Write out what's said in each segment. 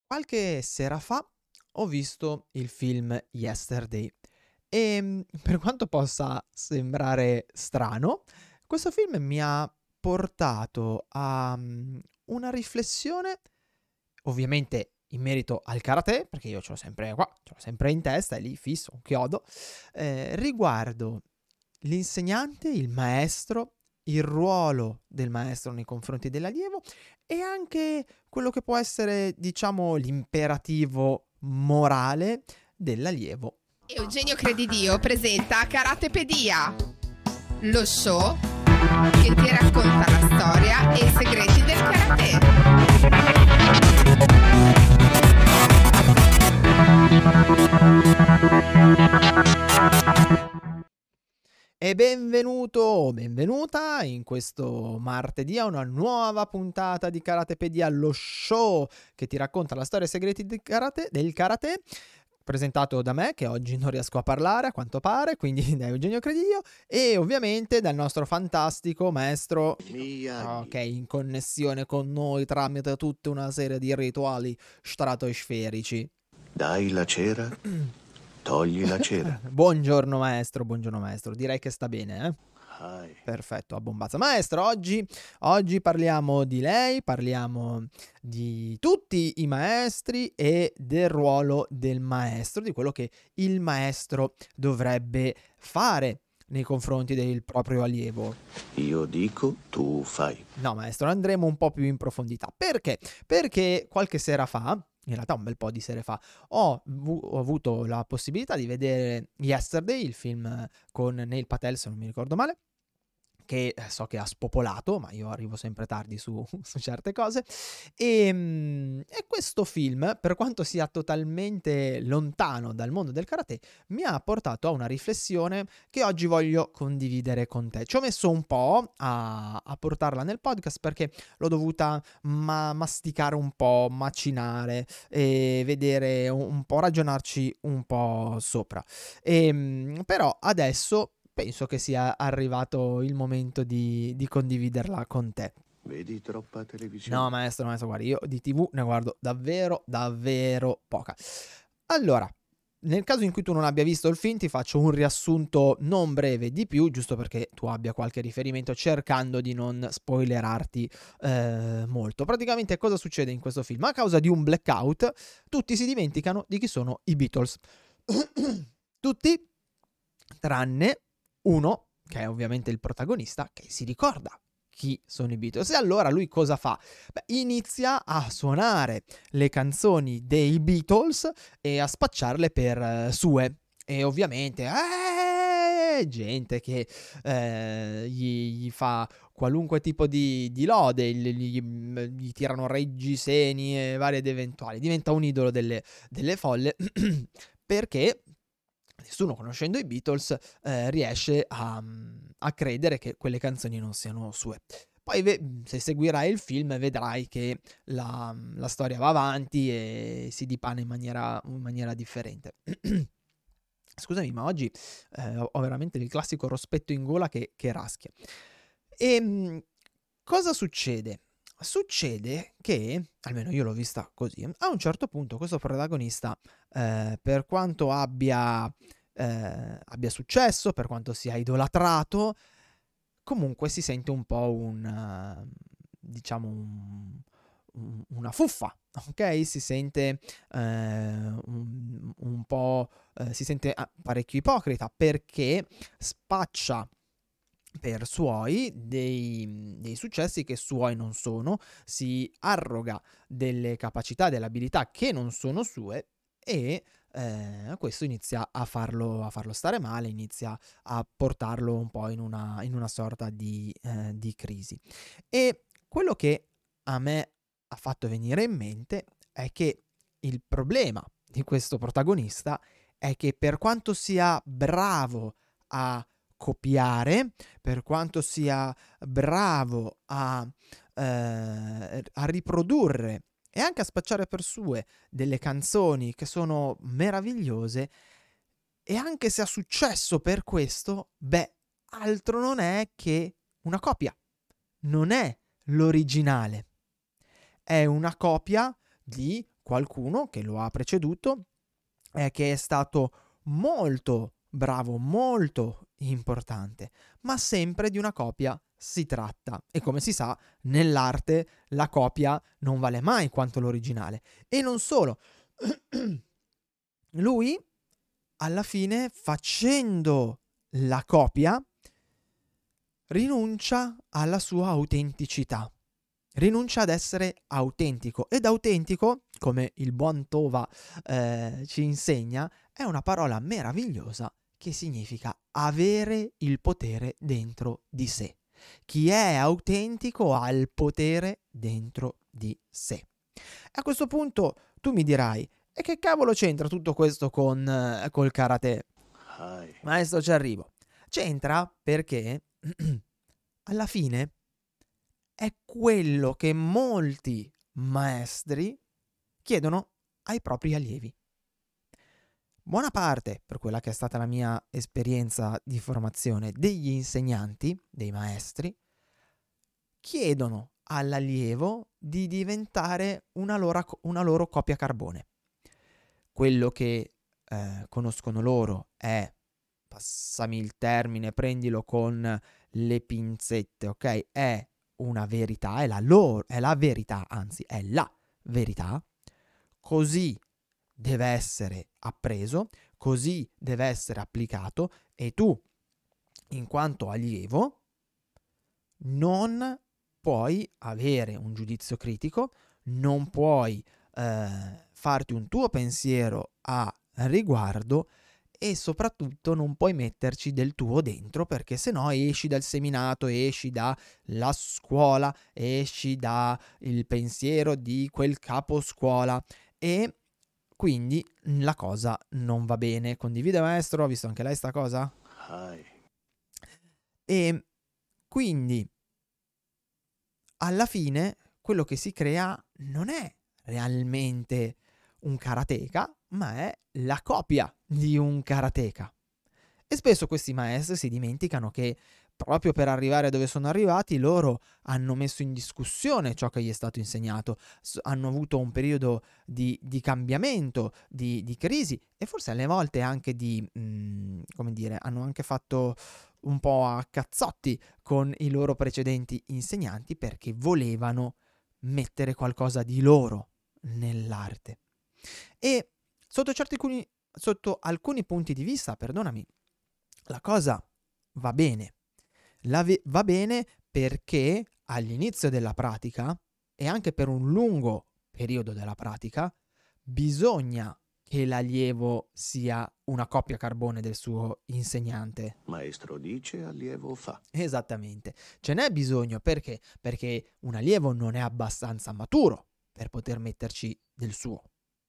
Qualche sera fa ho visto il film Yesterday e per quanto possa sembrare strano, questo film mi ha portato a una riflessione, ovviamente in merito al karate, perché io ce l'ho sempre qua, ce l'ho sempre in testa, è lì fisso, un chiodo, riguardo l'insegnante, il maestro, il ruolo del maestro nei confronti dell'allievo e anche quello che può essere, diciamo, l'imperativo morale dell'allievo. Eugenio Credidio presenta Karatepedia, lo show che ti racconta la storia e i segreti del karate. E benvenuto o benvenuta in questo martedì a una nuova puntata di Karatepedia, lo show che ti racconta la storia e i segreti del karate, presentato da me, che oggi non riesco a parlare a quanto pare, quindi da Eugenio Credidio, e ovviamente dal nostro fantastico maestro che è in connessione con noi tramite tutta una serie di rituali stratosferici. Dai la cera, togli la cera. Buongiorno maestro, direi che sta bene, Hai. Perfetto, a bombazza. Maestro, oggi parliamo di lei, parliamo di tutti i maestri e del ruolo del maestro, di quello che il maestro dovrebbe fare nei confronti del proprio allievo. Io dico, tu fai. No, maestro, andremo un po' più in profondità. Perché? Perché qualche sera fa, in realtà un bel po' di sere fa, ho avuto la possibilità di vedere Yesterday, il film con Neil Patel, se non mi ricordo male, che so che ha spopolato, ma io arrivo sempre tardi su certe cose, e questo film, per quanto sia totalmente lontano dal mondo del karate, mi ha portato a una riflessione che oggi voglio condividere con te. Ci ho messo un po' a portarla nel podcast perché l'ho dovuta masticare un po', macinare e vedere un po', ragionarci un po' sopra. Però adesso penso che sia arrivato il momento di condividerla con te. Vedi troppa televisione? No, maestro, guardi, io di TV ne guardo davvero poca. Allora, nel caso in cui tu non abbia visto il film, ti faccio un riassunto non breve di più, giusto perché tu abbia qualche riferimento, cercando di non spoilerarti molto. Praticamente cosa succede in questo film? A causa di un blackout, tutti si dimenticano di chi sono i Beatles. Tutti, tranne uno, che è ovviamente il protagonista, che si ricorda chi sono i Beatles. E allora lui cosa fa? Beh, inizia a suonare le canzoni dei Beatles e a spacciarle per sue. E ovviamente gente che gli fa qualunque tipo di lode, gli tirano reggiseni e vari ed eventuali. Diventa un idolo delle folle perché nessuno, conoscendo i Beatles, riesce a credere che quelle canzoni non siano sue. Poi se seguirai il film vedrai che la storia va avanti e si dipana in maniera differente. Scusami, ma oggi ho veramente il classico rospetto in gola che raschia. Cosa succede? Succede che, almeno io l'ho vista così, a un certo punto questo protagonista, per quanto abbia successo, per quanto sia idolatrato, comunque si sente un po' una fuffa, ok? Si sente un po', si sente parecchio ipocrita perché spaccia per suoi dei successi che suoi non sono, si arroga delle capacità, delle abilità che non sono sue e questo inizia a farlo stare male, inizia a portarlo un po' in una sorta di crisi. E quello che a me ha fatto venire in mente è che il problema di questo protagonista è che per quanto sia bravo a copiare, per quanto sia bravo a riprodurre e anche a spacciare per sue delle canzoni che sono meravigliose, e anche se ha successo per questo, beh, altro non è che una copia, non è l'originale, è una copia di qualcuno che lo ha preceduto è che è stato molto bravo, molto importante, ma sempre di una copia si tratta. E come si sa, nell'arte la copia non vale mai quanto l'originale. E non solo, lui alla fine, facendo la copia, rinuncia alla sua autenticità. Rinuncia ad essere autentico. Ed autentico, come il buon Tova ci insegna, è una parola meravigliosa che significa avere il potere dentro di sé. Chi è autentico ha il potere dentro di sé. A questo punto tu mi dirai, e che cavolo c'entra tutto questo col karate? Hai. Maestro, ci arrivo. C'entra perché alla fine è quello che molti maestri chiedono ai propri allievi. Buona parte, per quella che è stata la mia esperienza di formazione, degli insegnanti, dei maestri, chiedono all'allievo di diventare una loro copia carbone. Quello che conoscono loro è, passami il termine, prendilo con le pinzette, ok? È una verità, è la verità, anzi è la verità, così deve essere appreso, così deve essere applicato e tu, in quanto allievo, non puoi avere un giudizio critico, non puoi farti un tuo pensiero a riguardo e soprattutto non puoi metterci del tuo dentro, perché sennò esci dal seminato, esci dalla scuola, esci dal pensiero di quel capo scuola e quindi la cosa non va bene. Condivide, maestro? Ha visto anche lei sta cosa? Hai. E quindi alla fine quello che si crea non è realmente un karateka, ma è la copia di un karateka. E spesso questi maestri si dimenticano che proprio per arrivare dove sono arrivati loro hanno messo in discussione ciò che gli è stato insegnato, hanno avuto un periodo di cambiamento, di crisi e forse alle volte anche come dire, hanno anche fatto un po' a cazzotti con i loro precedenti insegnanti perché volevano mettere qualcosa di loro nell'arte. E sotto alcuni punti di vista, perdonami, la cosa va bene. Va bene perché all'inizio della pratica e anche per un lungo periodo della pratica bisogna che l'allievo sia una copia carbone del suo insegnante. Maestro dice, allievo fa. Esattamente. Ce n'è bisogno perché? Perché un allievo non è abbastanza maturo per poter metterci del suo.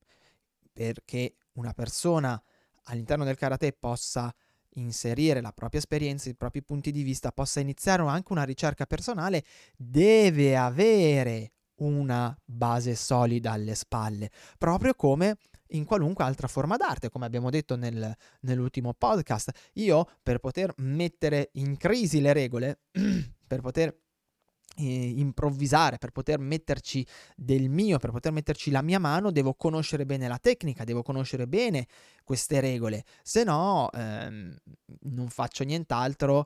Perché una persona all'interno del karate possa inserire la propria esperienza, i propri punti di vista, possa iniziare anche una ricerca personale, deve avere una base solida alle spalle, proprio come in qualunque altra forma d'arte, come abbiamo detto nell'ultimo podcast. Io, per poter mettere in crisi le regole, per poter improvvisare, per poter metterci del mio, per poter metterci la mia mano, devo conoscere bene la tecnica, devo conoscere bene queste regole, se no non faccio nient'altro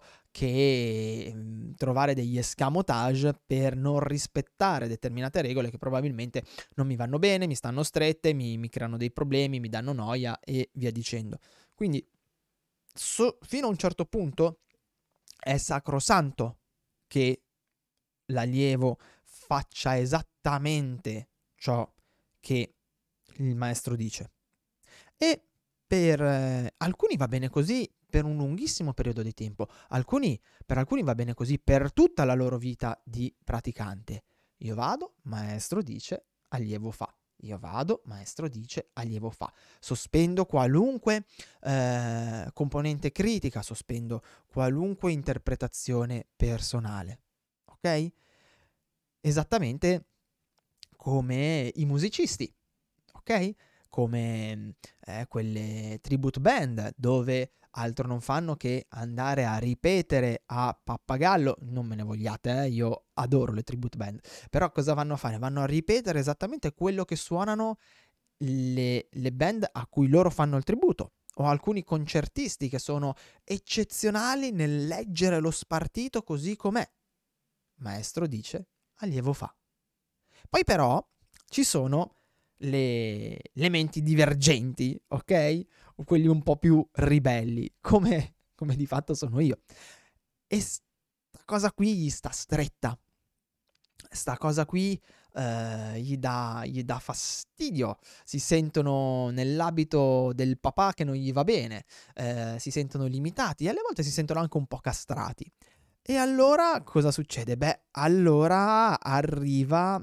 che trovare degli escamotage per non rispettare determinate regole che probabilmente non mi vanno bene, mi stanno strette, mi creano dei problemi, mi danno noia e via dicendo. Quindi fino a un certo punto è sacrosanto che l'allievo faccia esattamente ciò che il maestro dice. E per alcuni va bene così per un lunghissimo periodo di tempo, per alcuni va bene così per tutta la loro vita di praticante. Io vado, maestro dice, allievo fa. Io vado, maestro dice, allievo fa. Sospendo qualunque componente critica, sospendo qualunque interpretazione personale. Ok? Esattamente come i musicisti, ok? Come quelle tribute band dove altro non fanno che andare a ripetere a pappagallo, non me ne vogliate, io adoro le tribute band, però cosa vanno a fare? Vanno a ripetere esattamente quello che suonano le band a cui loro fanno il tributo, o alcuni concertisti che sono eccezionali nel leggere lo spartito così com'è. Maestro dice, allievo fa. Poi però ci sono le menti divergenti, ok? O quelli un po' più ribelli, come di fatto sono io. E sta cosa qui gli sta stretta. Sta cosa qui gli dà fastidio. Si sentono nell'abito del papà che non gli va bene, si sentono limitati e alle volte si sentono anche un po' castrati. E allora cosa succede? Beh, allora arriva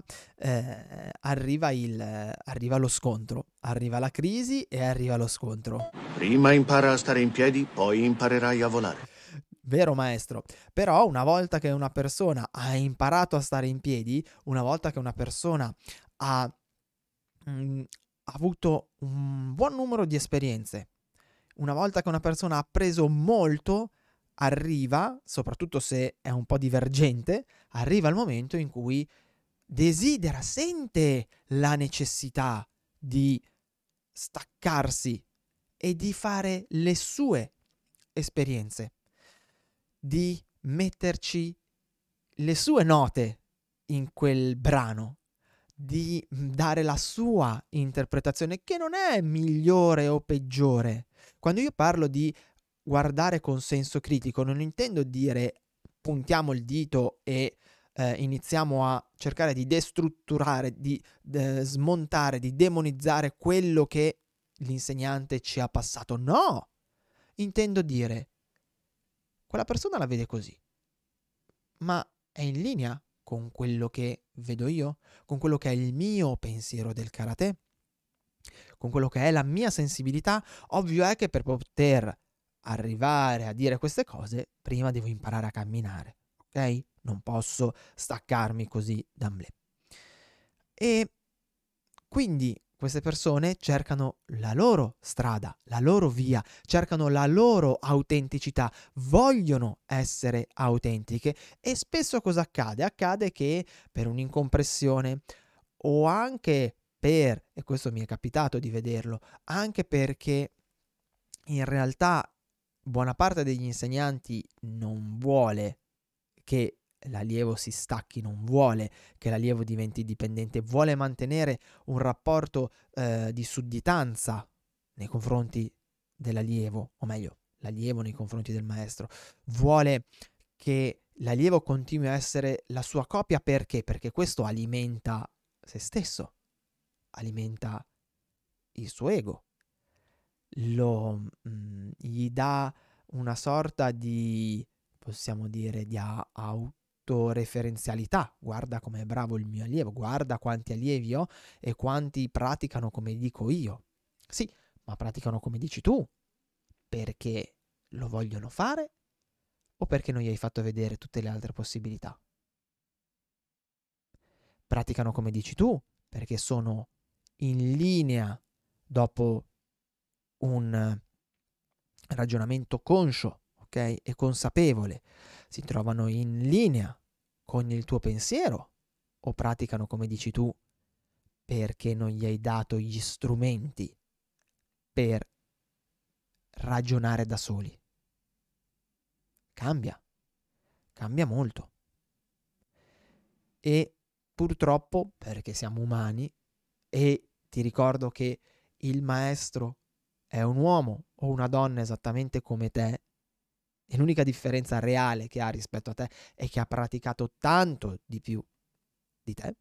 lo scontro, arriva la crisi e arriva lo scontro. Prima impara a stare in piedi, poi imparerai a volare. Vero maestro, però una volta che una persona ha imparato a stare in piedi, una volta che una persona ha avuto un buon numero di esperienze, una volta che una persona ha preso molto, arriva, soprattutto se è un po' divergente, arriva il momento in cui desidera, sente la necessità di staccarsi e di fare le sue esperienze, di metterci le sue note in quel brano, di dare la sua interpretazione, che non è migliore o peggiore. Quando io parlo di guardare con senso critico, non intendo dire puntiamo il dito e iniziamo a cercare di destrutturare, di smontare, di demonizzare quello che l'insegnante ci ha passato. No! Intendo dire, quella persona la vede così, ma è in linea con quello che vedo io, con quello che è il mio pensiero del karate, con quello che è la mia sensibilità. Ovvio è che per poter arrivare a dire queste cose, prima devo imparare a camminare, ok? Non posso staccarmi così da me. E quindi queste persone cercano la loro strada, la loro via, cercano la loro autenticità, vogliono essere autentiche e spesso cosa accade? Accade che per un'incompressione o anche e questo mi è capitato di vederlo, anche perché in realtà buona parte degli insegnanti non vuole che l'allievo si stacchi, non vuole che l'allievo diventi dipendente, vuole mantenere un rapporto di sudditanza nei confronti dell'allievo, o meglio, l'allievo nei confronti del maestro, vuole che l'allievo continui a essere la sua copia. Perché? Perché questo alimenta se stesso, alimenta il suo ego, gli dà una sorta di, possiamo dire, di autoreferenzialità. Guarda com'è bravo il mio allievo, guarda quanti allievi ho e quanti praticano come dico io. Sì, ma praticano come dici tu perché lo vogliono fare o perché non gli hai fatto vedere tutte le altre possibilità? Praticano come dici tu perché sono in linea dopo un ragionamento conscio, ok? E consapevole. Si trovano in linea con il tuo pensiero o praticano come dici tu perché non gli hai dato gli strumenti per ragionare da soli? Cambia molto. E purtroppo, perché siamo umani, e ti ricordo che il maestro è un uomo o una donna esattamente come te, e l'unica differenza reale che ha rispetto a te è che ha praticato tanto di più di te.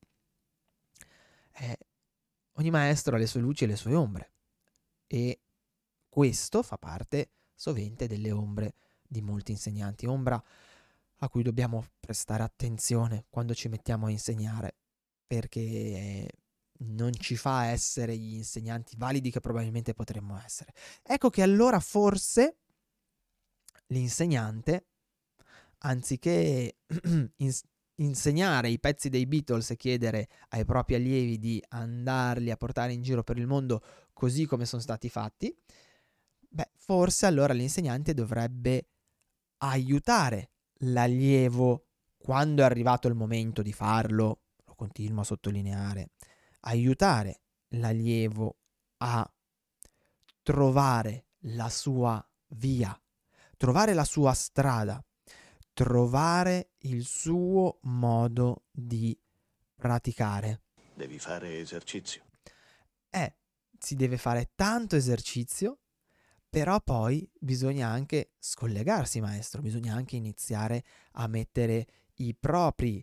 Ogni maestro ha le sue luci e le sue ombre, e questo fa parte sovente delle ombre di molti insegnanti, ombra a cui dobbiamo prestare attenzione quando ci mettiamo a insegnare, perché non ci fa essere gli insegnanti validi che probabilmente potremmo essere. Ecco che allora forse l'insegnante, anziché insegnare i pezzi dei Beatles e chiedere ai propri allievi di andarli a portare in giro per il mondo così come sono stati fatti, forse allora l'insegnante dovrebbe aiutare l'allievo quando è arrivato il momento di farlo, lo continuo a sottolineare, aiutare l'allievo a trovare la sua via, trovare la sua strada, trovare il suo modo di praticare. Devi fare esercizio. Si deve fare tanto esercizio, però poi bisogna anche scollegarsi, maestro, bisogna anche iniziare a mettere i propri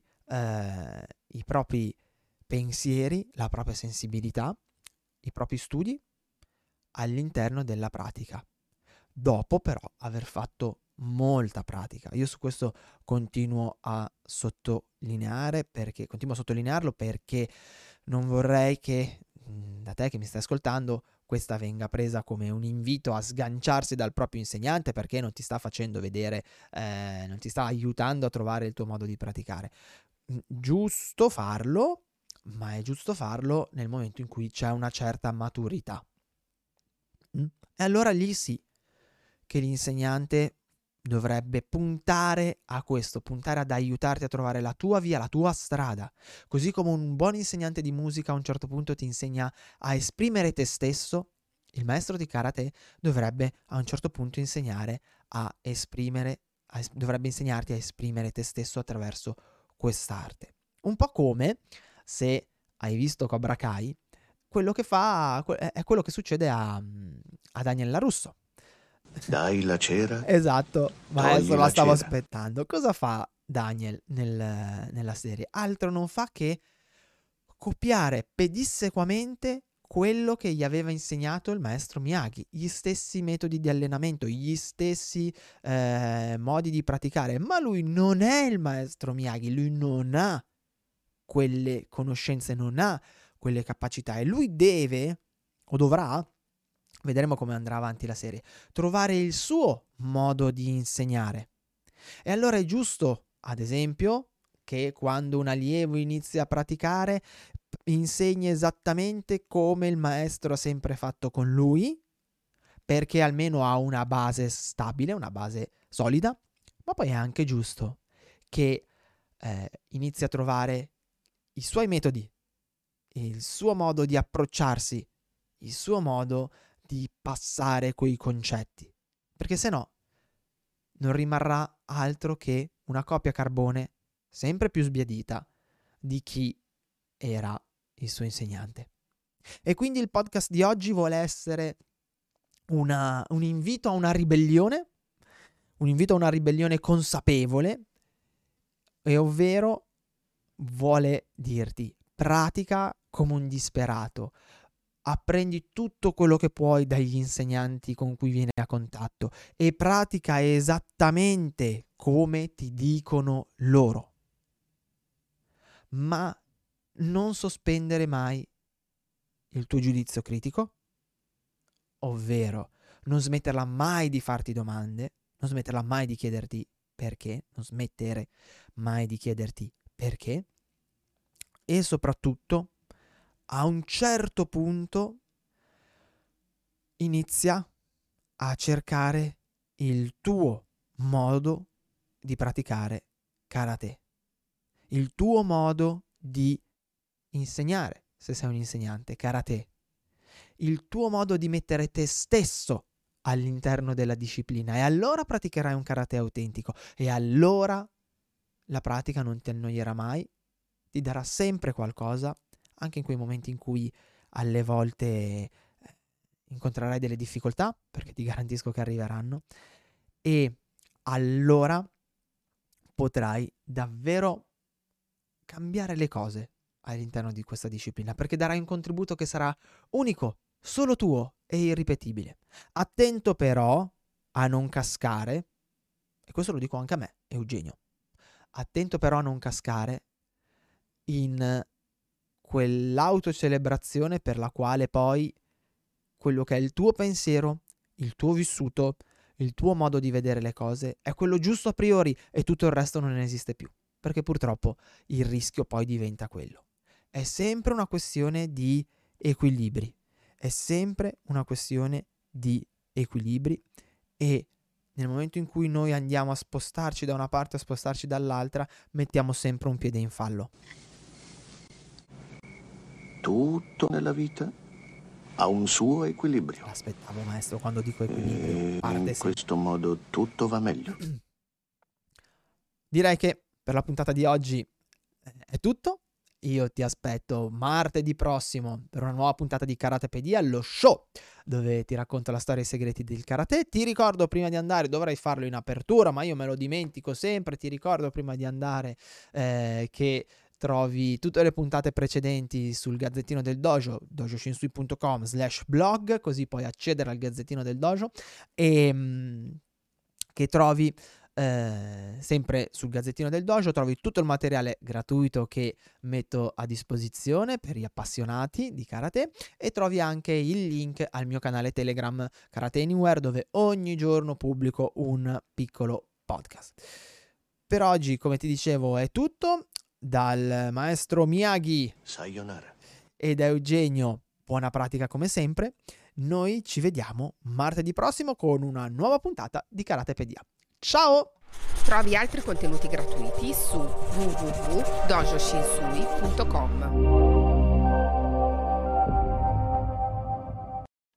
pensieri, la propria sensibilità, i propri studi all'interno della pratica. Dopo però aver fatto molta pratica. Io su questo continuo a sottolinearlo perché non vorrei che da te che mi stai ascoltando questa venga presa come un invito a sganciarsi dal proprio insegnante perché non ti sta facendo vedere, non ti sta aiutando a trovare il tuo modo di praticare. Giusto farlo, ma è giusto farlo nel momento in cui c'è una certa maturità. E allora lì sì che l'insegnante dovrebbe puntare a questo, puntare ad aiutarti a trovare la tua via, la tua strada. Così come un buon insegnante di musica a un certo punto ti insegna a esprimere te stesso, il maestro di karate dovrebbe a un certo punto dovrebbe insegnarti a esprimere te stesso attraverso quest'arte. Un po' come se hai visto Cobra Kai, quello che fa è quello che succede a Daniel LaRusso. Dai la cera. Esatto, maestro, Togli la la stavo cera. aspettando. Cosa fa Daniel nella serie? Altro non fa che copiare pedissequamente quello che gli aveva insegnato il maestro Miyagi, gli stessi metodi di allenamento, gli stessi modi di praticare, ma lui non è il maestro Miyagi, lui non ha quelle conoscenze, non ha quelle capacità e lui deve o dovrà, vedremo come andrà avanti la serie, trovare il suo modo di insegnare. E allora è giusto, ad esempio, che quando un allievo inizia a praticare insegni esattamente come il maestro ha sempre fatto con lui, perché almeno ha una base stabile, una base solida, ma poi è anche giusto che inizi a trovare i suoi metodi, il suo modo di approcciarsi, il suo modo di passare quei concetti, perché se no non rimarrà altro che una copia carbone sempre più sbiadita di chi era il suo insegnante. E quindi il podcast di oggi vuole essere un invito a una ribellione, consapevole, e ovvero vuole dirti pratica come un disperato, apprendi tutto quello che puoi dagli insegnanti con cui vieni a contatto e pratica esattamente come ti dicono loro. Ma non sospendere mai il tuo giudizio critico, ovvero non smetterla mai di farti domande, non smetterla mai di chiederti perché, non smettere mai di chiederti perché, e soprattutto a un certo punto inizia a cercare il tuo modo di praticare karate, il tuo modo di insegnare, se sei un insegnante, karate, il tuo modo di mettere te stesso all'interno della disciplina, e allora praticherai un karate autentico e allora la pratica non ti annoierà mai, ti darà sempre qualcosa, anche in quei momenti in cui alle volte incontrerai delle difficoltà, perché ti garantisco che arriveranno, e allora potrai davvero cambiare le cose all'interno di questa disciplina, perché darai un contributo che sarà unico, solo tuo e irripetibile. Attento però a non cascare, e questo lo dico anche a me, Eugenio, attento però a non cascare in quell'autocelebrazione per la quale poi quello che è il tuo pensiero, il tuo vissuto, il tuo modo di vedere le cose è quello giusto a priori e tutto il resto non esiste più, perché purtroppo il rischio poi diventa quello. È sempre una questione di equilibri, è sempre una questione di equilibri, e nel momento in cui noi andiamo a spostarci da una parte, a spostarci dall'altra, mettiamo sempre un piede in fallo. Tutto nella vita ha un suo equilibrio. Aspettavo, maestro, quando dico equilibrio. E Parte in sempre. questo modo tutto va meglio. Direi che per la puntata di oggi è tutto. Io ti aspetto martedì prossimo per una nuova puntata di Karatepedia, lo show dove ti racconto la storia e i segreti del karate. Ti ricordo prima di andare, dovrei farlo in apertura, ma io me lo dimentico sempre, ti ricordo prima di andare che trovi tutte le puntate precedenti sul Gazzettino del Dojo, dojoshinsui.com/blog, così puoi accedere al Gazzettino del Dojo, e che trovi sempre sul Gazzettino del Dojo, trovi tutto il materiale gratuito che metto a disposizione per gli appassionati di karate, e trovi anche il link al mio canale Telegram Karate Anywhere, dove ogni giorno pubblico un piccolo podcast. Per oggi, come ti dicevo, è tutto. Dal maestro Miyagi Sayonara. e da Eugenio, buona pratica come sempre. Noi ci vediamo martedì prossimo con una nuova puntata di Karatepedia. Ciao! Trovi altri contenuti gratuiti su www.dojoshinsui.com.